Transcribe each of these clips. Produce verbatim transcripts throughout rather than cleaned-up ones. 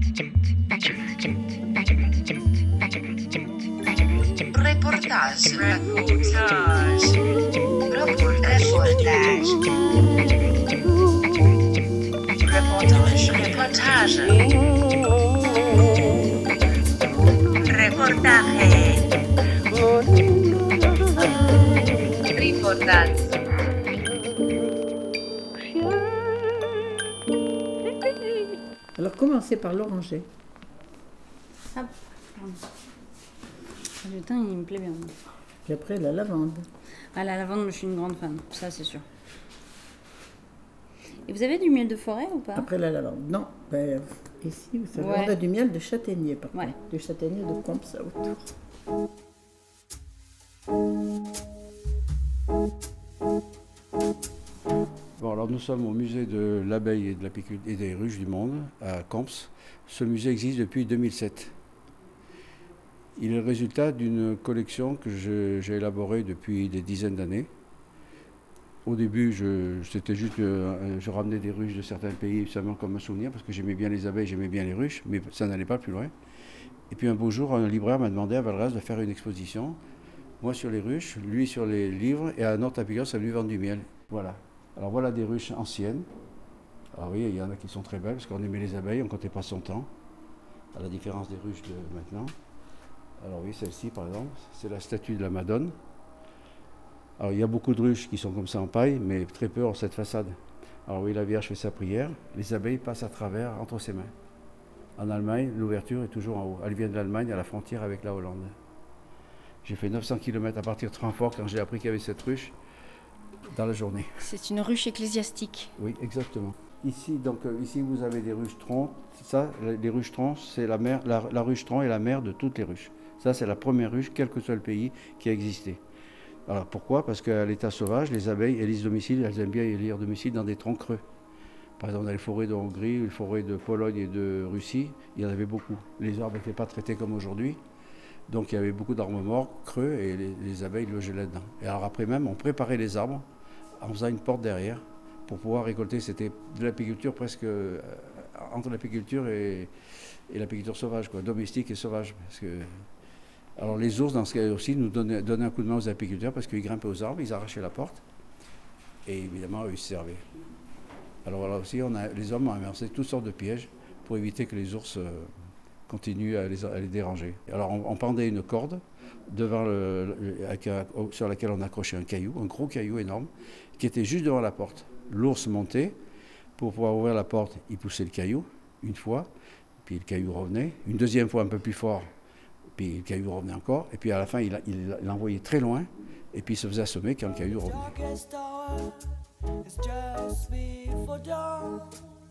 Reportage. Reportage. Reportage. Reportage. Reportaje. Reportage. Alors, commencez par l'oranger. Ah, le thym, il me plaît bien. Puis après, la lavande. Ah, la lavande, je suis une grande fan, ça c'est sûr. Et vous avez du miel de forêt ou pas? Après la lavande. Non, ben, ici, vous savez, Ouais. on a du miel de châtaignier, par Ouais. contre. Du châtaignier de Comps autour. Bon, alors nous sommes au musée de l'abeille et, de l'apiculture et des ruches du monde, à Camps. Ce musée existe depuis deux mille sept. Il est le résultat d'une collection que je- j'ai élaborée depuis des dizaines d'années. Au début, je, c'était juste, euh, je ramenais des ruches de certains pays seulement comme un souvenir, parce que j'aimais bien les abeilles, j'aimais bien les ruches, mais ça n'allait pas plus loin. Et puis un beau jour, un libraire m'a demandé à Valras de faire une exposition, moi sur les ruches, lui sur les livres, et à un autre apiculteur, ça lui vendre du miel. Voilà. Alors voilà des ruches anciennes. Alors oui, il y en a qui sont très belles, parce qu'on aimait les abeilles, on ne comptait pas son temps, à la différence des ruches de maintenant. Alors oui, celle-ci par exemple, c'est la statue de la Madone. Alors il y a beaucoup de ruches qui sont comme ça en paille, mais très peu en cette façade. Alors oui, la Vierge fait sa prière, les abeilles passent à travers entre ses mains. En Allemagne, l'ouverture est toujours en haut. Elle vient de l'Allemagne à la frontière avec la Hollande. J'ai fait neuf cents kilomètres à partir de Francfort quand j'ai appris qu'il y avait cette ruche dans la journée. C'est une ruche ecclésiastique. Oui, exactement. Ici, donc, euh, ici vous avez des ruches troncs. Ça, les ruches troncs, c'est la, mère, la, la ruche tronc est la mère de toutes les ruches. Ça, c'est la première ruche, quel que soit le pays, qui a existé. Alors pourquoi? Parce qu'à l'état sauvage, les abeilles élisent domicile, elles aiment bien élire domicile dans des troncs creux. Par exemple, dans les forêts de Hongrie, les forêts de Pologne et de Russie, il y en avait beaucoup. Les arbres n'étaient pas traités comme aujourd'hui. Donc il y avait beaucoup d'arbres morts, creux, et les, les abeilles logeaient là-dedans. Et alors après même, on préparait les arbres en faisant une porte derrière pour pouvoir récolter. C'était de l'apiculture presque euh, entre l'apiculture et, et l'apiculture sauvage, quoi, domestique et sauvage. Parce que, alors les ours, dans ce cas aussi, nous donnaient, donnaient un coup de main aux apiculteurs parce qu'ils grimpaient aux arbres, ils arrachaient la porte. Et évidemment, eux, ils se servaient. Alors là aussi, on a, les hommes ont inversé toutes sortes de pièges pour éviter que les ours euh, continuent à les, à les déranger. Alors on, on pendait une corde devant le, le, avec un, sur laquelle on accrochait un caillou, un gros caillou énorme, qui était juste devant la porte. L'ours montait, pour pouvoir ouvrir la porte, il poussait le caillou une fois, puis le caillou revenait, une deuxième fois un peu plus fort, puis le caillou revenait encore, et puis à la fin il, il, il l'envoyait très loin, et puis il se faisait assommer quand le caillou revenait. It's just before dawn.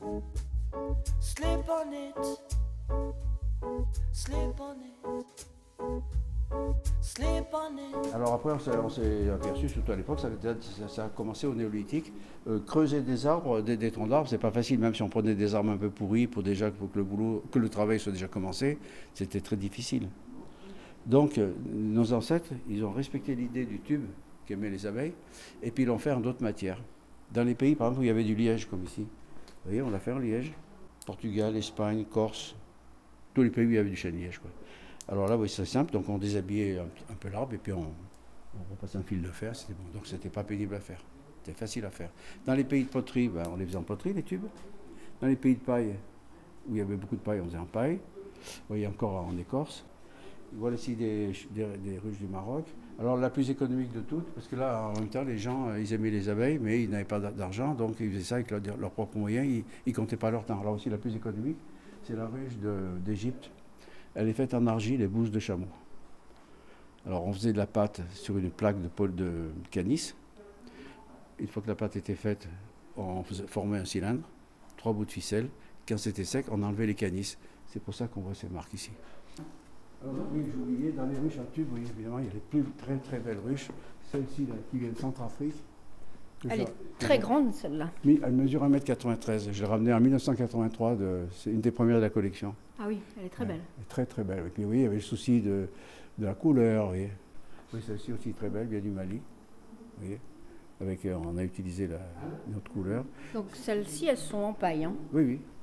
Sleep on it. Sleep on it. Sleep on it. Alors après, on s'est, on s'est aperçu, surtout à l'époque, ça, ça, ça a commencé au néolithique. Euh, creuser des arbres, des, des troncs d'arbres, c'est pas facile, même si on prenait des arbres un peu pourris pour déjà pour que le boulot, que le travail soit déjà commencé, c'était très difficile. Donc, euh, nos ancêtres, ils ont respecté l'idée du tube qu'aimaient les abeilles, et puis ils l'ont fait en d'autres matières. Dans les pays, par exemple, où il y avait du liège, comme ici, vous voyez, on l'a fait en liège. Portugal, Espagne, Corse, tous les pays où il y avait du chêne liège, quoi. Alors là, oui, c'est simple, donc on déshabillait un, un peu l'arbre, et puis on, on repassait un fil de fer, c'était bon. Donc c'était pas pénible à faire, c'était facile à faire. Dans les pays de poterie, ben, on les faisait en poterie, les tubes. Dans les pays de paille, où il y avait beaucoup de paille, on faisait en paille. Vous voyez, encore en écorce. Voilà ici des, des, des ruches du Maroc. Alors la plus économique de toutes, parce que là, en même temps, les gens, ils aimaient les abeilles, mais ils n'avaient pas d'argent, donc ils faisaient ça avec leurs leur propres moyens, ils ne comptaient pas leur temps. Alors aussi, la plus économique, c'est la ruche de, d'Égypte. Elle est faite en argile et bouse de chameau. Alors on faisait de la pâte sur une plaque de pôle de canis. Une fois que la pâte était faite, on faisait, formait un cylindre, trois bouts de ficelle. Quand c'était sec, on enlevait les canis. C'est pour ça qu'on voit ces marques ici. Alors oui, j'ai oublié, dans les ruches à tubes, oui, évidemment, il y a les plus très très belles ruches. Celle-ci là, qui vient de Centrafrique. Elle est très grande celle-là. Elle mesure un mètre quatre-vingt-treize. Je l'ai ramenée en mille neuf cent quatre-vingt-trois, de, c'est une des premières de la collection. Ah oui, elle est très belle. Elle est très très belle. Et puis oui, il y avait le souci de, de la couleur. Oui, oui, celle-ci aussi très belle, vient du Mali. Vous voyez, avec, on a utilisé la, notre couleur. Donc celles-ci, elles sont en paille. Hein. Oui, oui.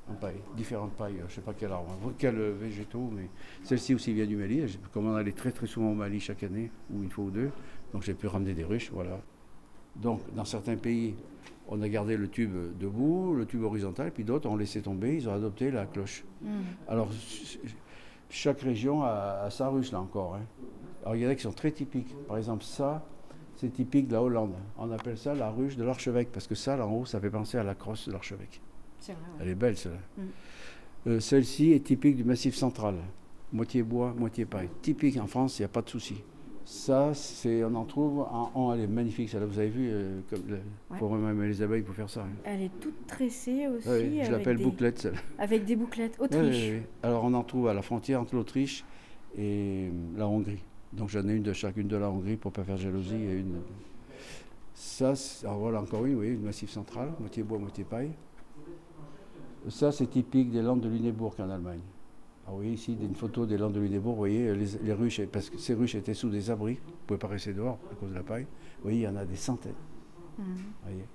en paille, différentes pailles, je ne sais pas quel arbre, quels végétaux, mais celle-ci aussi vient du Mali. Comme on allait très très souvent au Mali chaque année, ou une fois ou deux, donc j'ai pu ramener des ruches, voilà. Donc dans certains pays, on a gardé le tube debout, le tube horizontal, puis d'autres ont laissé tomber, ils ont adopté la cloche. Mmh. Alors chaque région a, a sa ruche là encore. Hein. Alors il y en a qui sont très typiques. Par exemple ça, c'est typique de la Hollande. On appelle ça la ruche de l'archevêque, parce que ça là en haut, ça fait penser à la crosse de l'archevêque. C'est vrai. Ouais. Elle est belle celle-là. Mmh. Euh, celle-ci est typique du Massif central. Moitié bois, moitié paille. Typique en France, il n'y a pas de souci. Ça, c'est, on en trouve en oh, elle est magnifique, celle-là, vous avez vu, euh, comme il ouais. faut vraiment aimer les abeilles pour faire ça. Hein. Elle est toute tressée aussi. Oui, je l'appelle des... bouclette, celle-là. Avec des bouclettes, Autriche. Oui, oui, oui. Alors on en trouve à la frontière entre l'Autriche et la Hongrie. Donc j'en ai une de chacune de la Hongrie pour ne pas faire jalousie. Et une... Ça, alors voilà encore une, oui, une Massif central, moitié bois, moitié paille. Ça, c'est typique des Landes de Lüneburg en Allemagne. Alors, vous voyez ici une photo des Landes de Lüneburg, vous voyez les, les ruches, parce que ces ruches étaient sous des abris, vous ne pouvez pas rester dehors à cause de la paille. Vous voyez, il y en a des centaines. Mmh. Voyez.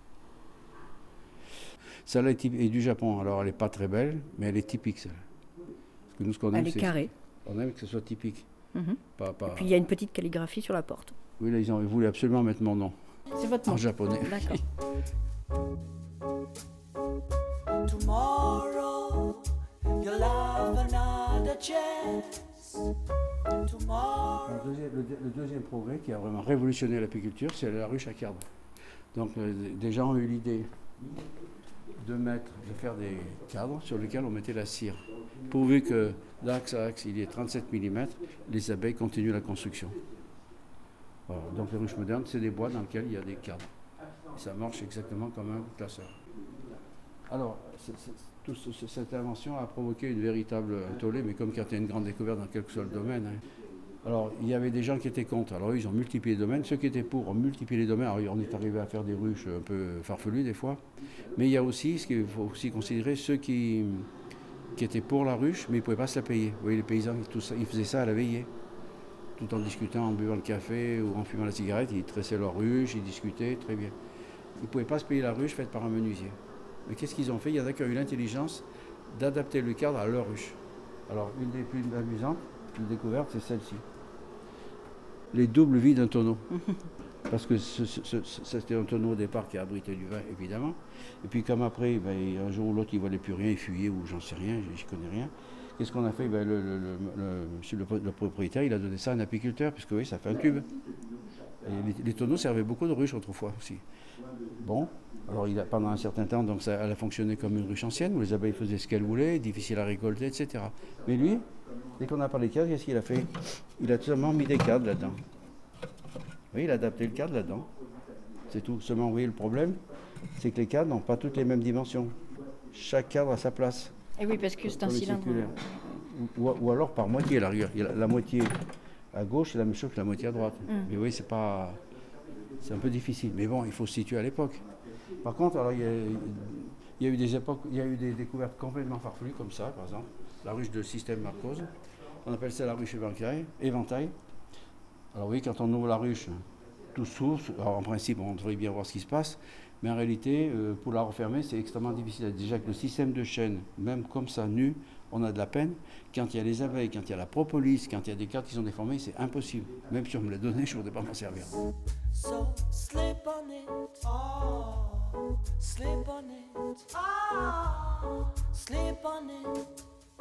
Celle-là est, est du Japon, alors elle n'est pas très belle, mais elle est typique, celle-là. Parce que nous, ce qu'on aime, elle est carrée. On aime que ce soit typique. Mmh. Pas, pas... Et puis il y a une petite calligraphie sur la porte. Oui, là, ils ont voulu absolument mettre mon nom. C'est votre nom. En japonais. D'accord. Tomorrow, you'll have another chance. Tomorrow. Le deuxième, le, le deuxième progrès qui a vraiment révolutionné l'apiculture, c'est la ruche à cadre. Donc euh, des gens ont eu l'idée de mettre, de faire des cadres sur lesquels on mettait la cire. Pourvu que d'axe à axe il y ait trente-sept millimètres, les abeilles continuent la construction. Voilà. Donc les ruches modernes, c'est des boîtes dans lesquelles il y a des cadres. Et ça marche exactement comme un classeur. Alors, c'est, c'est, tout ce, cette invention a provoqué une véritable tollée, mais comme quand il y a une grande découverte dans quel que soit le domaine. Hein. Alors, il y avait des gens qui étaient contre. Alors, eux, ils ont multiplié les domaines. Ceux qui étaient pour ont multiplié les domaines. Alors, on est arrivé à faire des ruches un peu farfelues des fois. Mais il y a aussi, ce qu'il faut aussi considérer, ceux qui, qui étaient pour la ruche, mais ils ne pouvaient pas se la payer. Vous voyez, les paysans, tout ça, ils faisaient ça à la veillée. Tout en discutant, en buvant le café ou en fumant la cigarette, ils tressaient leur ruche, ils discutaient, très bien. Ils ne pouvaient pas se payer la ruche faite par un menuisier. Mais qu'est-ce qu'ils ont fait? Il y en a qui ont eu l'intelligence d'adapter le cadre à leur ruche. Alors, une des plus amusantes, une découverte, c'est celle-ci. Les doubles vies d'un tonneau. Parce que ce, ce, ce, c'était un tonneau au départ qui a abrité du vin, évidemment. Et puis comme après, ben, un jour ou l'autre, il ne valait plus rien, il fuyait ou j'en sais rien, je ne connais rien. Qu'est-ce qu'on a fait? Ben, le, le, le, le, le, le propriétaire, il a donné ça à un apiculteur, puisque oui, ça fait un tube. Et les, les tonneaux servaient beaucoup de ruches autrefois aussi. Bon, alors il a, pendant un certain temps, donc ça, elle a fonctionné comme une ruche ancienne, où les abeilles faisaient ce qu'elles voulaient, difficile à récolter, et cetera. Mais lui, dès qu'on a parlé de cadre, qu'est-ce qu'il a fait? Il a tout simplement mis des cadres là-dedans. Oui, il a adapté le cadre là-dedans. C'est tout. Seulement, vous voyez, le problème, c'est que les cadres n'ont pas toutes les mêmes dimensions. Chaque cadre a sa place. Et oui, parce que c'est un cylindre. Ou, ou alors par moitié, la rigueur. Il y a la, la moitié à gauche, c'est la même chose que la moitié à droite. Mm. Mais oui, c'est pas... C'est un peu difficile. Mais bon, il faut se situer à l'époque. Par contre, alors, il y a, il y a eu des époques, il y a eu des découvertes complètement farfelues, comme ça, par exemple. La ruche de système Marcos. On appelle ça la ruche éventail. éventail. Alors oui, quand on ouvre la ruche, tout s'ouvre. Alors en principe, on devrait bien voir ce qui se passe. Mais en réalité, euh, pour la refermer, c'est extrêmement difficile. Déjà que le système de chaîne, même comme ça, nu, on a de la peine. Quand il y a les abeilles, quand il y a la propolis, quand il y a des cartes qui sont déformées, c'est impossible. Même si on me l'a donné, je ne voudrais pas m'en servir. So slip on it, oh, slip on it, oh, slip on it.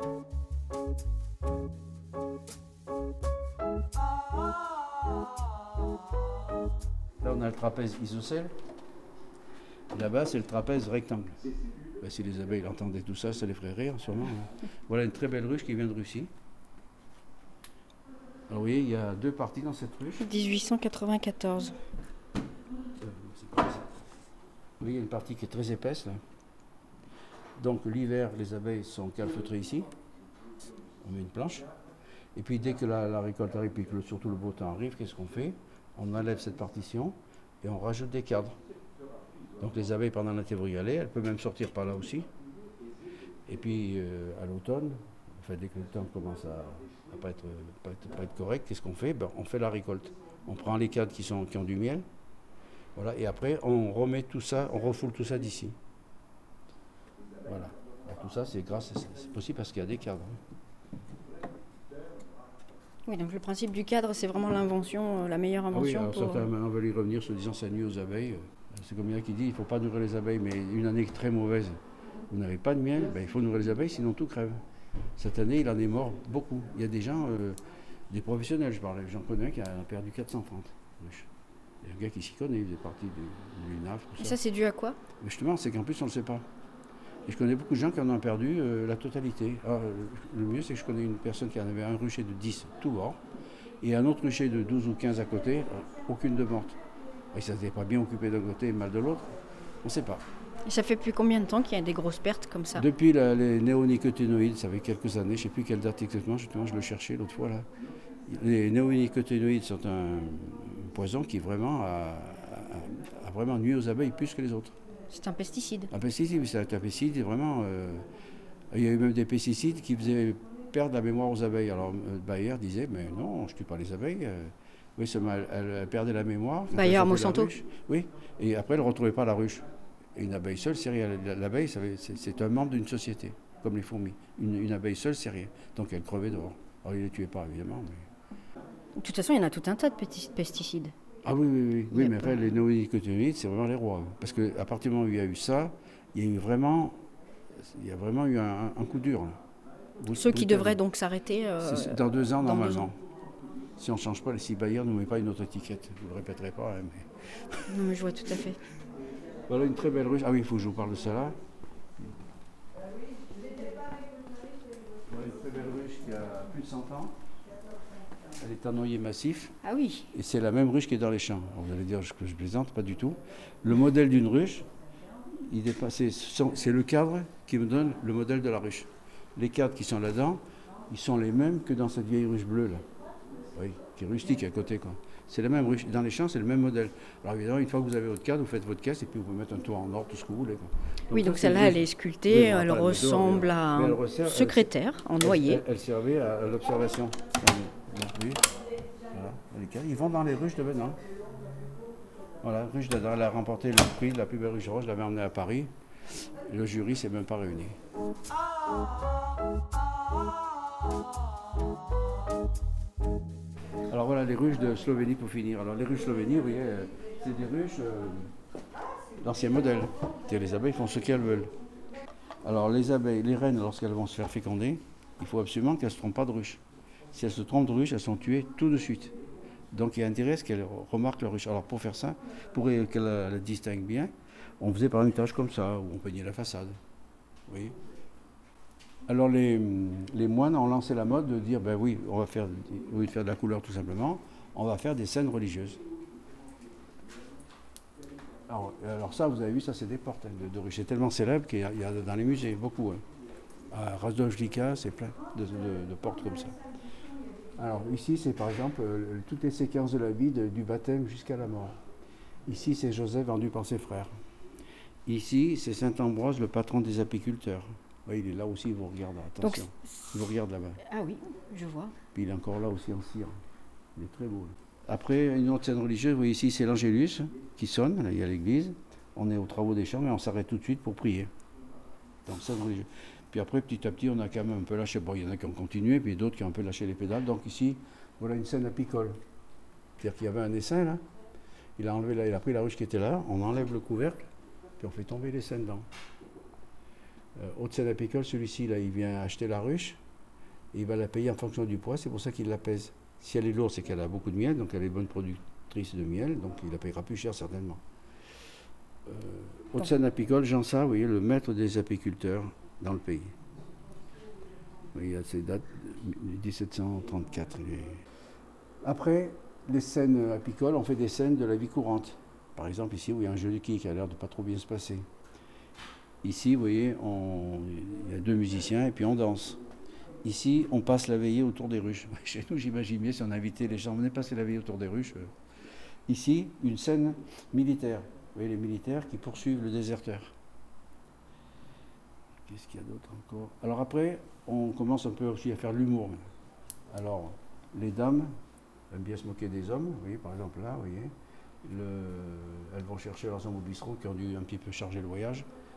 Là, on a le trapèze isocèle. Là-bas, c'est le trapèze rectangle. Ben, si les abeilles entendaient tout ça, ça les ferait rire, sûrement. Hein. Voilà une très belle ruche qui vient de Russie. Alors, vous voyez, il y a deux parties dans cette ruche. dix-huit cent quatre-vingt-quatorze. Euh, c'est pas ça. Vous voyez, il y a une partie qui est très épaisse, là. Donc, l'hiver, les abeilles sont calfeutrées ici. On met une planche. Et puis, dès que la, la récolte arrive, puis que le, surtout le beau temps arrive, qu'est-ce qu'on fait? On enlève cette partition et on rajoute des cadres. Donc les abeilles, pendant l'été vont y aller, elles peuvent même sortir par là aussi. Et puis euh, à l'automne, enfin, dès que le temps commence à ne pas être, pas, être, pas être correct, qu'est-ce qu'on fait? Ben, on fait la récolte. On prend les cadres qui, sont, qui ont du miel, voilà, et après on remet tout ça, on refoule tout ça d'ici. Voilà. tout ça, c'est grâce, c'est c'est possible parce qu'il y a des cadres. Oui, donc le principe du cadre, c'est vraiment l'invention, euh, la meilleure Ah oui, invention alors pour... certains maintenant veulent y revenir se disant ça nuit aux abeilles. C'est comme il y en a qui dit il ne faut pas nourrir les abeilles, mais une année très mauvaise, vous n'avez pas de miel, ben, il faut nourrir les abeilles sinon tout crève. Cette année, il en est mort beaucoup. Il y a des gens, euh, des professionnels, je parlais, j'en connais un qui a perdu quatre cent trente ruches. Il y a un gars qui s'y connaît, il faisait partie de l'U N A F, tout Et ça. ça, c'est dû à quoi? Mais justement, c'est qu'en plus, on ne le sait pas. Et je connais beaucoup de gens qui en ont perdu euh, la totalité. Alors, euh, le mieux, c'est que je connais une personne qui en avait un rucher de dix, tout mort, et un autre rucher de douze ou quinze à côté, euh, aucune de morte. Et ça n'était pas bien occupé d'un côté et mal de l'autre. On ne sait pas. Et ça fait depuis combien de temps qu'il y a des grosses pertes comme ça? Depuis la- les néonicotinoïdes, ça fait quelques années, je ne sais plus quelle date exactement, justement, je le cherchais l'autre fois là. Les néonicotinoïdes sont un poison qui vraiment a, a- a vraiment nuit aux abeilles plus que les autres. C'est un pesticide. Un pesticide, oui, c'est un pesticide, vraiment. euh, il y a eu même des pesticides qui faisaient perdre la mémoire aux abeilles. Alors euh, Bayer disait, mais non, je ne tue pas les abeilles. euh, oui, seulement elle, elle- elle perdait la mémoire. quand Bayer, elle sortait de la Monsanto. ruche. Oui, et après elle ne retrouvait pas la ruche. Et une abeille seule, c'est rien. L'abeille, ça fait- c'est c'est un membre d'une société, comme les fourmis. Une, une abeille seule, c'est rien. Donc elle crevait dehors. Alors il ne les tuait pas, évidemment. Mais... De toute façon, il y en a tout un tas de péti- pesticides. Ah oui, oui, oui, Il y oui a mais pas- après, les néonicotinoïdes, c'est vraiment les rois. Parce qu'à partir du moment où il y a eu ça, il y a eu vraiment, il y a vraiment eu un, un coup dur. Là. Brut- Ceux qui brutal. devraient donc s'arrêter... euh, C'est dans deux ans, dans deux normalement. ans. Si on ne change pas, si Bayer ne nous met pas une autre étiquette, je ne le répéterai pas. hein, mais... Non, mais je vois tout à fait. Voilà une très belle ruche. Ah oui, il faut que je vous parle de celle-là. Voilà une très belle ruche qui a plus de cent ans. Elle est en noyer massif. Ah oui, Et c'est la même ruche qui est dans les champs. Alors vous allez dire que je plaisante, pas du tout. Le modèle d'une ruche, il dépasse- c'est c'est le cadre qui me donne le modèle de la ruche. Les cadres qui sont là-dedans, ils sont les mêmes que dans cette vieille ruche bleue là. Oui, qui est rustique à côté quoi. C'est la même ruche. Dans les champs, c'est le même modèle. Alors évidemment, une fois que vous avez votre cadre, vous faites votre caisse et puis vous pouvez mettre un toit en or, tout ce que vous voulez. Quoi. oui, ça, donc c'est celle-là, une elle ruche- est sculptée, Oui, on va elle pas la mettre dehors, ressemble mais- à mais elle un resserre- elle- secrétaire en Elle- noyer. Elle, elle servait à, à l'observation. Oui. Voilà, les cadres. Ils vont dans les ruches de Benin. Voilà, ruche d'Adam, elle a remporté le prix de la plus belle ruche rose, je l'avais emmenée à Paris. Et le jury s'est même pas réuni. Alors voilà les ruches de Slovénie pour finir. Alors les ruches Slovénie, vous voyez, euh, c'est des ruches euh, d'anciens modèles. C'est-à-dire, les abeilles font ce qu'elles veulent. Alors les abeilles, les reines, lorsqu'elles vont se faire féconder, il faut absolument qu'elles ne se trompent pas de ruche. Si elles se trompent de ruche, elles sont tuées tout de suite. Donc il y a intérêt à ce qu'elles remarquent leur ruche. Alors pour faire ça, pour qu'elles la, la distinguent bien, on faisait par exemple une tâche comme ça, où on peignait la façade. Vous voyez ? Alors les, les moines ont lancé la mode de dire, ben oui, on va faire, au lieu de faire de la couleur tout simplement, on va faire des scènes religieuses. Alors, alors ça, vous avez vu, ça c'est des portes hein, de, de ruches. C'est tellement célèbre qu'il y, a- il y a dans les musées beaucoup. Hein. À Razdovlika, c'est plein de, de- de portes comme ça. Alors ici, c'est par exemple euh, toutes les séquences de la vie de- du baptême jusqu'à la mort. Ici, c'est Joseph vendu par ses frères. Ici, c'est Saint Ambroise, le patron des apiculteurs. Oui, il est là aussi, il vous regarde, attention. Donc, il vous regarde là-bas. Ah oui, je vois. Puis il est encore là aussi en cire. Il est très beau. Là. Après, une autre scène religieuse, vous voyez ici, c'est l'Angélus qui sonne, là, il y a l'église. On est aux travaux des champs, mais on s'arrête tout de suite pour prier. Donc, scène religieuse. Puis après, petit à petit, on a quand même un peu lâché. Bon, il y en a qui ont continué, puis d'autres qui ont un peu lâché les pédales. Donc ici, voilà une scène apicole. C'est-à-dire qu'il y avait un essaim, là. Il a, enlevé la- il a pris la ruche qui était là, on enlève le couvercle, puis on fait tomber les scènes dedans. Euh, autre scène apicole, celui-ci, là, il vient acheter la ruche, et il va la payer en fonction du poids, c'est pour ça qu'il la pèse. Si elle est lourde, c'est qu'elle a beaucoup de miel, donc elle est bonne productrice de miel, donc il la payera plus cher certainement. Euh, autre scène apicole, Jean Sart, vous voyez, le maître des apiculteurs dans le pays. Vous voyez, c'est date de dix-sept cent trente-quatre. il est- Après, les scènes apicoles, on fait des scènes de la vie courante. Par exemple, ici, où il y a un jeu de quilles qui a l'air de pas trop bien se passer. Ici, vous voyez, on- il y a deux musiciens et puis on danse. Ici, on passe la veillée autour des ruches. Chez nous, j'imagine bien si on invitait les gens, venez passer la veillée autour des ruches. euh. Ici, une scène militaire. Vous voyez, les militaires qui poursuivent le déserteur. Qu'est-ce qu'il y a d'autre encore? Alors après, on commence un peu aussi à faire l'humour. Alors, les dames aiment bien se moquer des hommes. Vous voyez, par exemple là, vous voyez, le- elles vont chercher leurs hommes au bistrot qui ont dû un petit peu charger le voyage.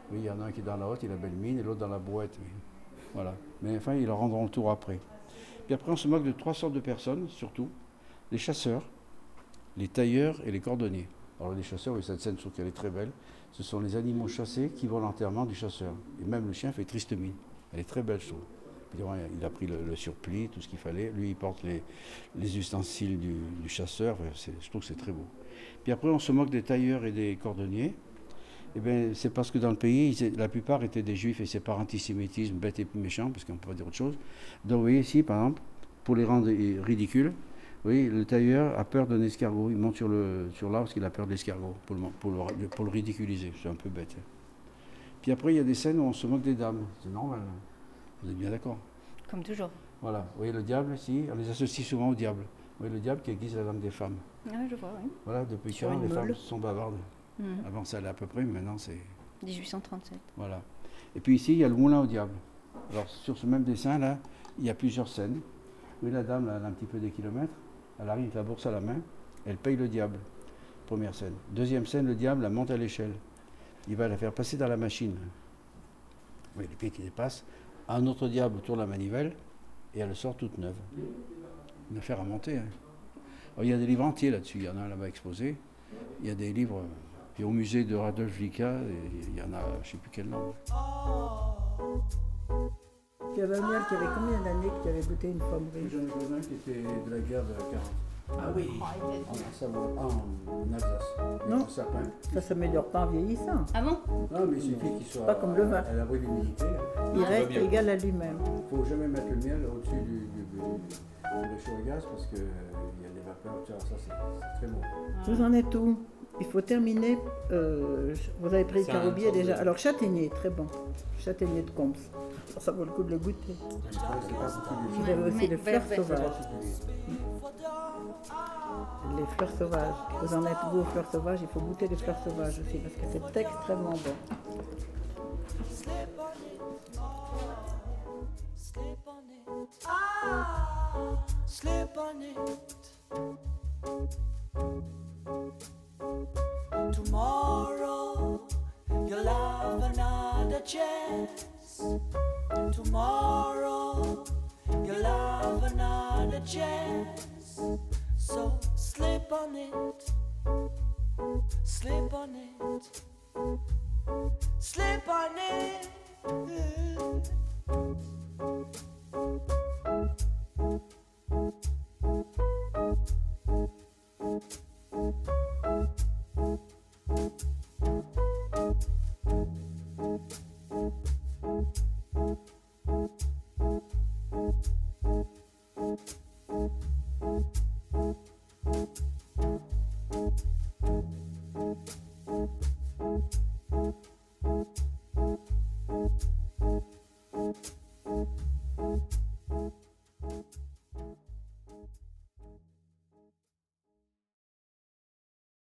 Oui, il y en a un qui est dans la haute, il a belle mine, et l'autre dans la brouette. Oui. Voilà. Mais enfin, ils leur rendront le tour après. Puis après, on se moque de trois sortes de personnes, surtout. Les chasseurs, les tailleurs et les cordonniers. Alors les chasseurs, oui, cette scène, je trouve qu'elle est très belle. Ce sont les animaux chassés qui vont à l'enterrement du chasseur. Et même le chien fait triste mine. Elle est très belle, je trouve. Puis, ouais, il a pris le, le surplis, tout ce qu'il fallait. Lui, il porte les, les ustensiles du, du chasseur. Enfin, c'est- je trouve que c'est très beau. Puis après, on se moque des tailleurs et des cordonniers. Eh bien, c'est parce que dans le pays, ils- la plupart étaient des juifs et c'est par antisémitisme bête et méchant, parce qu'on ne peut pas dire autre chose. Donc, vous voyez ici, par exemple, pour les rendre eh, ridicules, oui, le tailleur a peur d'un escargot. Il monte sur le sur l'arbre parce qu'il a peur de l'escargot, pour le, pour, le, pour le ridiculiser. C'est un peu bête. Hein. Puis après, il y a des scènes où on se moque des dames. C'est normal. Hein. Vous êtes bien d'accord? Comme toujours. Voilà. Vous voyez, le diable, ici, on les associe souvent au diable. Vous voyez, le diable qui aiguise la lame des femmes. Ah, je vois, oui. Voilà, depuis Sur quand une les meule. femmes sont bavardes. Mhm. Avant, ça allait à peu près, mais maintenant, c'est... dix-huit cent trente-sept. Voilà. Et puis ici, il y a le moulin au diable. Alors, sur ce même dessin, là, il y a plusieurs scènes. Oui, la dame, là, elle a un petit peu des kilomètres. Elle arrive avec la bourse à la main. Elle paye le diable. Première scène. Deuxième scène, le diable la monte à l'échelle. Il va la faire passer dans la machine. Oui, les pieds qui dépassent. Un autre diable tourne la manivelle et elle sort toute neuve. Une affaire à monter. Hein. Alors, il y a des livres entiers là-dessus. Il y en a un là-bas exposé. Il y a des livres. Puis au musée de Radolf Vika, il y en a, je ne sais plus quel nom. Tu avais un miel qui avait combien d'années que tu avais goûté une fois mourir? J'en ai un qui était de la guerre de quarante. Ah oui. En Savoie, ah, en Alsace. Non. Le sapin. Ça s'améliore pas en vieillissant. Ah bon? Non, mais il suffit qu'il soit Pas comme le vin. à l'abri de l'humidité. Il Ah, reste bien. égal à lui-même. Il ne faut jamais mettre le miel au-dessus du, du, du, du chaud à gaz parce qu'il y a des vapeurs. Tu vois, ça, c'est c'est très bon. Vous en êtes où? Il faut terminer. euh, vous avez pris le C'est un carobier sorte de- déjà. Alors, châtaignier, très bon. Châtaignier de Comps. Ça, ça vaut le coup de le goûter. C'est pas particulier. Vous avez aussi mais les fleurs vert, vert. C'est sauvages. particulier. Les fleurs sauvages. Vous en êtes vous aux fleurs sauvages? Il faut goûter les fleurs sauvages aussi parce que c'est extrêmement bon. Slip on it. Slip on it. Ah, slip on it. Tomorrow you'll have another chance. Tomorrow you'll have another chance. So slip on it. Slip on it. Slip on it.